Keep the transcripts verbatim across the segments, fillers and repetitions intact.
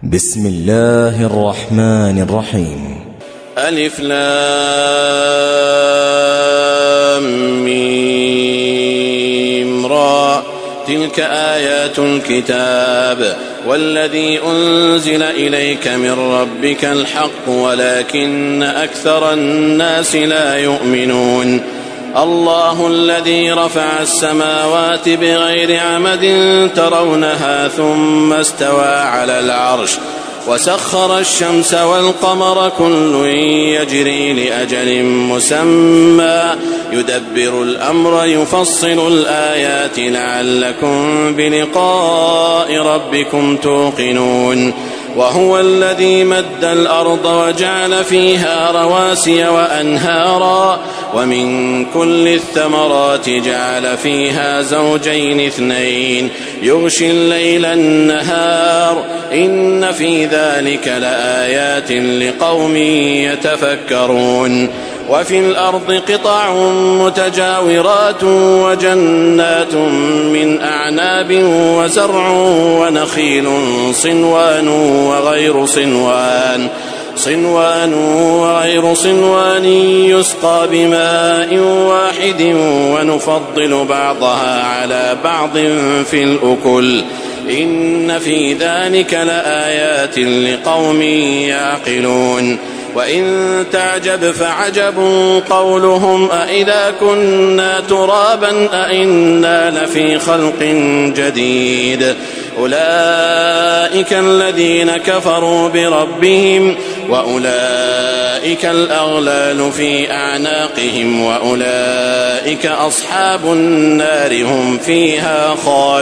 بسم الله الرحمن الرحيم. ألف لام ميم را تلك آيات الكتاب والذي أنزل إليك من ربك الحق ولكن أكثر الناس لا يؤمنون. الله الذي رفع السماوات بغير عمد ترونها ثم استوى على العرش وسخر الشمس والقمر كل يجري لأجل مسمى يدبر الأمر يفصل الآيات لعلكم بلقاء ربكم توقنون. وهو الذي مد الأرض وجعل فيها رواسي وأنهارا ومن كل الثمرات جعل فيها زوجين اثنين يغشي الليل النهار إن في ذلك لآيات لقوم يتفكرون. وفي الأرض قطع متجاورات وجنات من أعناب وزرع ونخيل صنوان وغير صنوان صنوان وغير صنوان يسقى بماء واحد ونفضل بعضها على بعض في الأكل إن في ذلك لآيات لقوم يعقلون. وإن تعجب فعجب قولهم أإذا كنا ترابا أإنا لفي خلق جديد أولئك الذين كفروا بربهم وأولئك الأغلال في أعناقهم وأولئك أصحاب النار هم فيها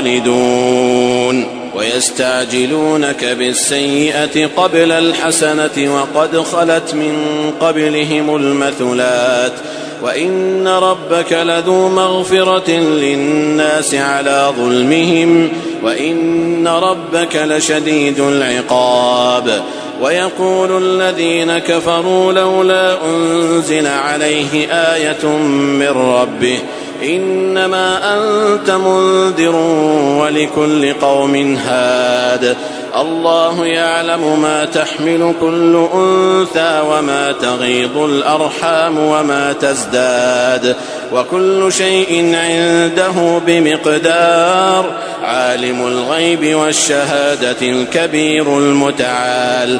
خالدون. ويستعجلونك بالسيئة قبل الحسنة وقد خلت من قبلهم المثلات وإن ربك لذو مغفرة للناس على ظلمهم وإن ربك لشديد العقاب. ويقول الذين كفروا لولا أنزل عليه آية من ربه إنما أنت منذر ولكل قوم هاد الله يعلم ما تحمل كل أنثى وما تغيض الأرحام وما تزداد وكل شيء عنده بمقدار. عالم الغيب والشهادة الكبير المتعال.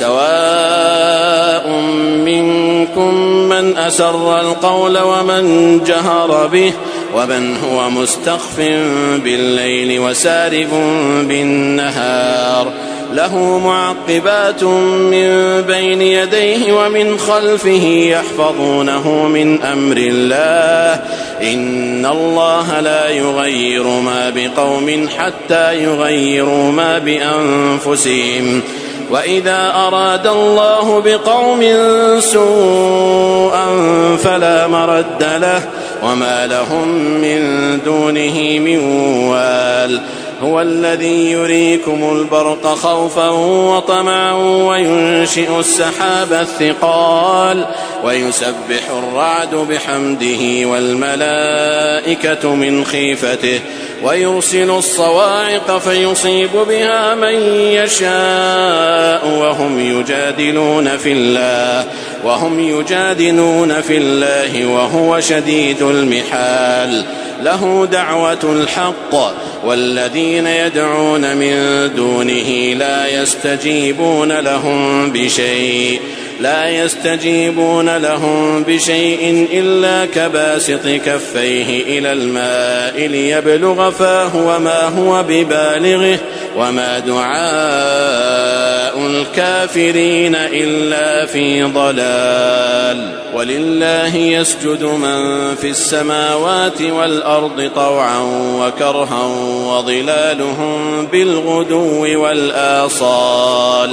سواء منكم من أسر القول ومن جهر به ومن هو مستخف بالليل وسارب بالنهار له معقبات من بين يديه ومن خلفه يحفظونه من أمر الله إن الله لا يغير ما بقوم حتى يغيروا ما بأنفسهم. وإذا أراد الله بقوم سوءا فلا مرد له وما لهم من دونه من وال. هو الذي يريكم البرق خوفا وطمعا وينشئ السحاب الثقال ويسبح الرعد بحمده والملائكة من خيفته ويرسل الصواعق فيصيب بها من يشاء وهم يجادلون في الله وهم يجادلون في الله وهو شديد المحال. له دعوة الحق والذين يدعون من دونه لا يستجيبون لهم بشيء لا يستجيبون لهم بشيء إلا كباسط كفيه إلى الماء ليبلغ فاه وما هو ببالغه وما دعاء الكافرين إلا في ضلال. ولله يسجد من في السماوات والأرض طوعا وكرها وظلالهم بالغدو والآصال.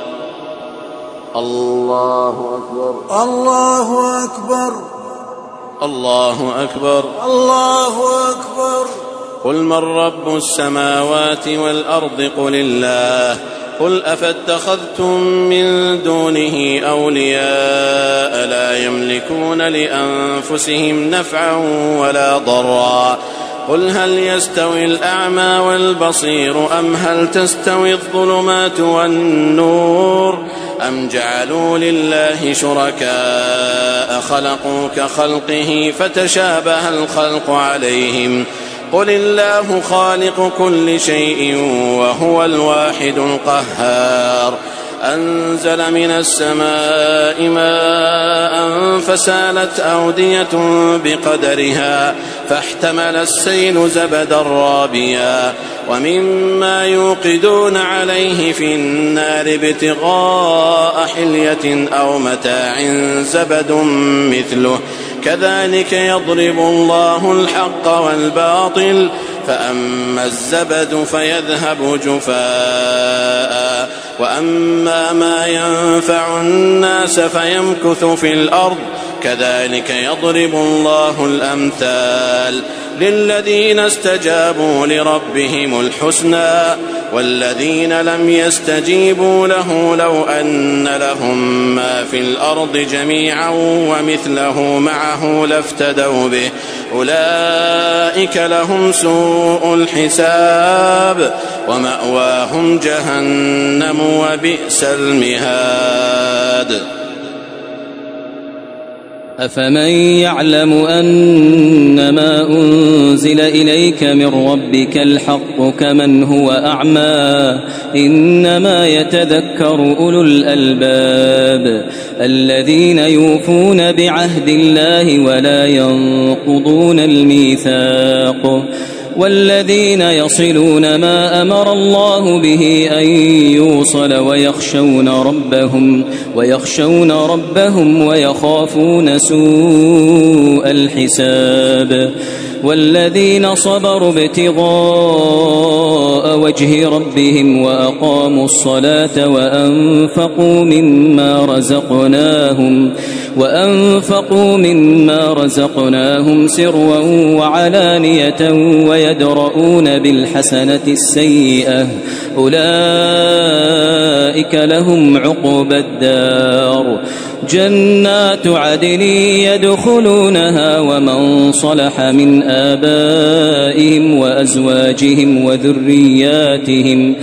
الله أكبر الله أكبر الله أكبر الله أكبر. قل من رب السماوات والأرض قل الله قل أفاتخذتم من دونه أولياء لا يملكون لأنفسهم نفعا ولا ضرا قل هل يستوي الأعمى والبصير أم هل تستوي الظلمات والنور أم جعلوا لله شركاء خلقوا كخلقه فتشابه الخلق عليهم قل الله خالق كل شيء وهو الواحد القهار أنزل من السماء ماء فسالت أودية بقدرها فاحتمل السيل زبدا رابيا ومما يوقدون عليه في النار ابتغاء حلية أو متاع زبد مثله كذلك يضرب الله الحق والباطل فأما الزبد فيذهب جفاء وأما ما ينفع الناس فيمكث في الأرض كذلك يضرب الله الأمثال للذين استجابوا لربهم الحسنى والذين لم يستجيبوا له لو أن لهم ما في الأرض جميعا ومثله معه لافتدوا به أولئك لهم سوء الحساب ومأواهم جهنم وبئس المهاد. أفمن يعلم أنما أنزل إليك من ربك الحق كمن هو أعمى إنما يتذكر أولو الألباب الذين يوفون بعهد الله ولا ينقضون الميثاق والذين يصلون ما أمر الله به أن يوصل ويخشون ربهم ويخشون ربهم ويخافون سوء الحساب والذين صبروا ابتغاء وجه ربهم وأقاموا الصلاة وأنفقوا مما رزقناهم وأنفقوا مما رزقناهم سرا وعلانية ويدرؤون بالحسنة السيئة أولئك لهم عقبى الدار جنات عدن يدخلونها ومن صلح من آبائهم وأزواجهم وذرياتهم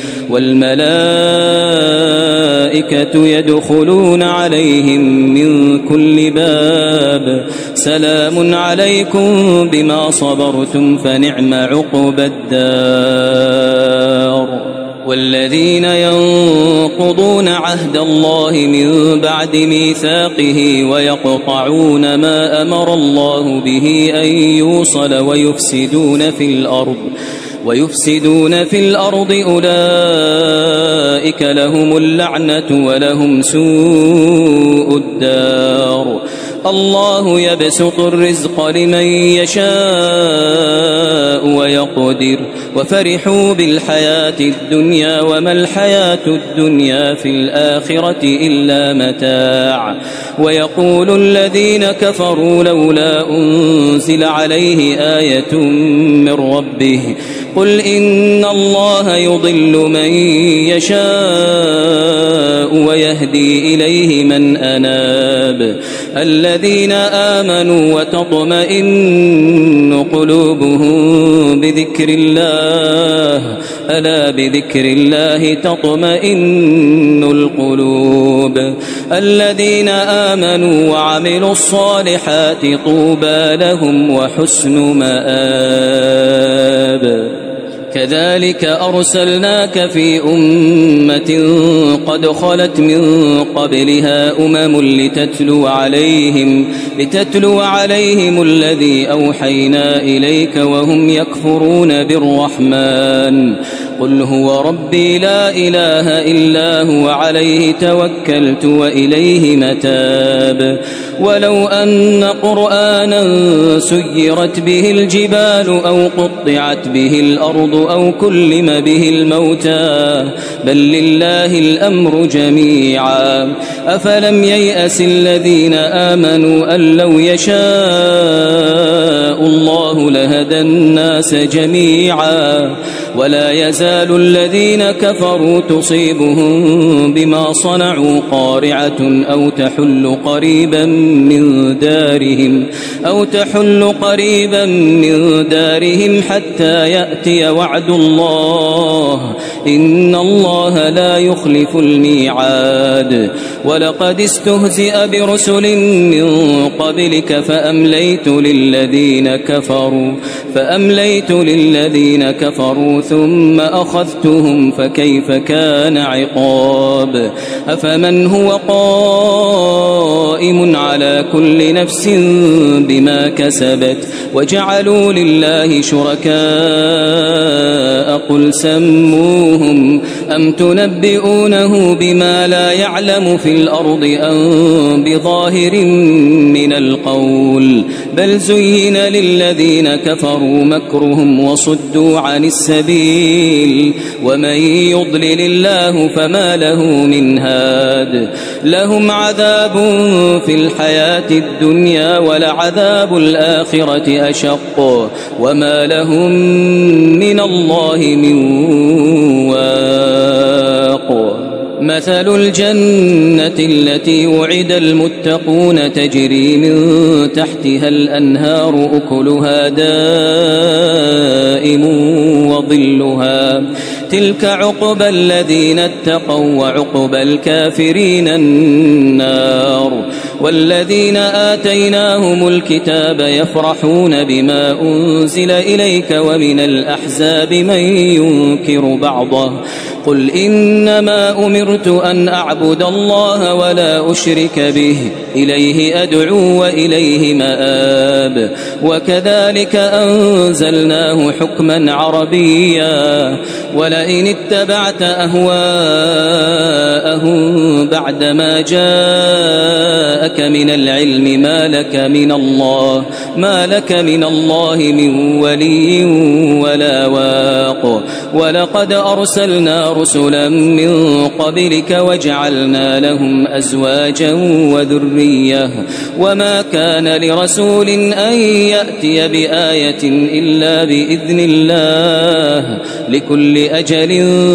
والملائكة يدخلون عليهم من كل باب سلام عليكم بما صبرتم فنعم عقبى الدار. والذين ينقضون عهد الله من بعد ميثاقه ويقطعون ما أمر الله به أن يوصل ويفسدون في الأرض ويفسدون في الأرض أولئك لهم اللعنة ولهم سوء الدار. الله يبسط الرزق لمن يشاء ويقدر وفرحوا بالحياة الدنيا وما الحياة الدنيا في الآخرة إلا متاع. ويقول الذين كفروا لولا أنزل عليه آية من ربه قل إن الله يضل من يشاء ويهدي إليه من أناب الذين آمنوا وتطمئن قلوبهم بذكر الله ألا بذكر الله تطمئن القلوب الذين آمنوا وعملوا الصالحات طوبى لهم وحسن مآب. كذلك أرسلناك في أمة قد خلت من قبلها أمم لتتلو عليهم لتتلو عليهم الذي أوحينا إليك وهم يكفرون بالرحمن قل هو ربي لا إله إلا هو عليه توكلت وإليه متاب. ولو أن قرآنا سيرت به الجبال أو قطعت به الأرض أو كلم به الموتى بل لله الأمر جميعا أفلم ييأس الذين آمنوا أن لو يشاء الله لهدى الناس جميعا ولا يزال الذين كفروا تصيبهم بما صنعوا قارعة أو تحل قريبا من دارهم أو تحل قريبا من دارهم حتى يأتي وعد الله إن الله لا يخلف الميعاد ولقد استهزئ برسل من قبلك فأمليت للذين كفروا فأمليت للذين كفروا ثم أخذتهم فكيف كان عقاب أفمن هو قائم على كل نفس بما كسبت وجعلوا لله شركاء قل سموهم أم تنبئونه بما لا يعلم في الأرض أم بظاهر من القول بل زين للذين كفروا مكرهم وصدوا عن السبيل ومن يضلل الله فما له من هاد لهم عذاب في الحياة الدنيا ولعذاب الآخرة أشق وما لهم من الله من واق مثل الجنة التي وعد المتقون تجري من تحتها الأنهار أكلها دائم وظلها تلك عقبى الذين اتقوا وعقبى الكافرين النار والذين آتيناهم الكتاب يفرحون بما أنزل إليك ومن الأحزاب من ينكر بعضه قل إنما أمرت أن أعبد الله ولا أشرك به إليه أدعو وإليه مآب وكذلك أنزلناه حكما عربيا ولئن اتبعت أهواءهم بعدما جاءك من العلم ما لك من الله ما لك من الله من ولي ولا واق ولقد أرسلنا رسلا من قبلك وجعلنا لهم أزواجا وذرية وما كان لرسول أن يأتي بآية إلا بإذن الله لكل أجل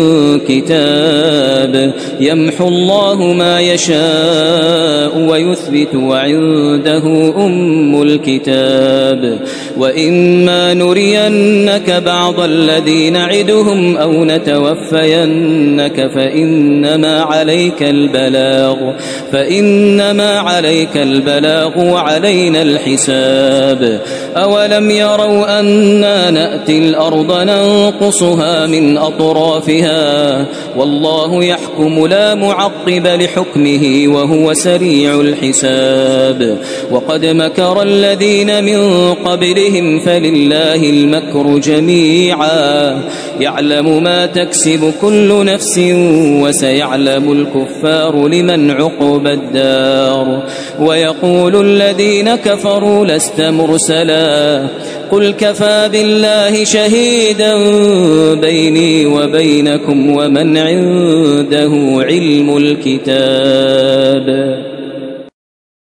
كتاب يمحو الله ما يشاء ويثبت وعنده أم الكتاب وإما نرينك بعض الذي نعدهم أو نتوفينك فإنما عليك البلاغ فإنما عليك البلاغ وعلينا الحساب أولم يروا أنا نأتي الأرض ننقصها من أطرافها والله يحكم لا معقب لحكمه وهو سريع الحساب وقد مكر الذين من قبلهم فلله المكر جميعا يعلم ما تكسب كل نفس وسيعلم الكفار لمن عقب الدار ويقول الذين كفروا لست مرسلا قل كفى بالله شهيدا بيني وبينكم ومن عنده علم الكتاب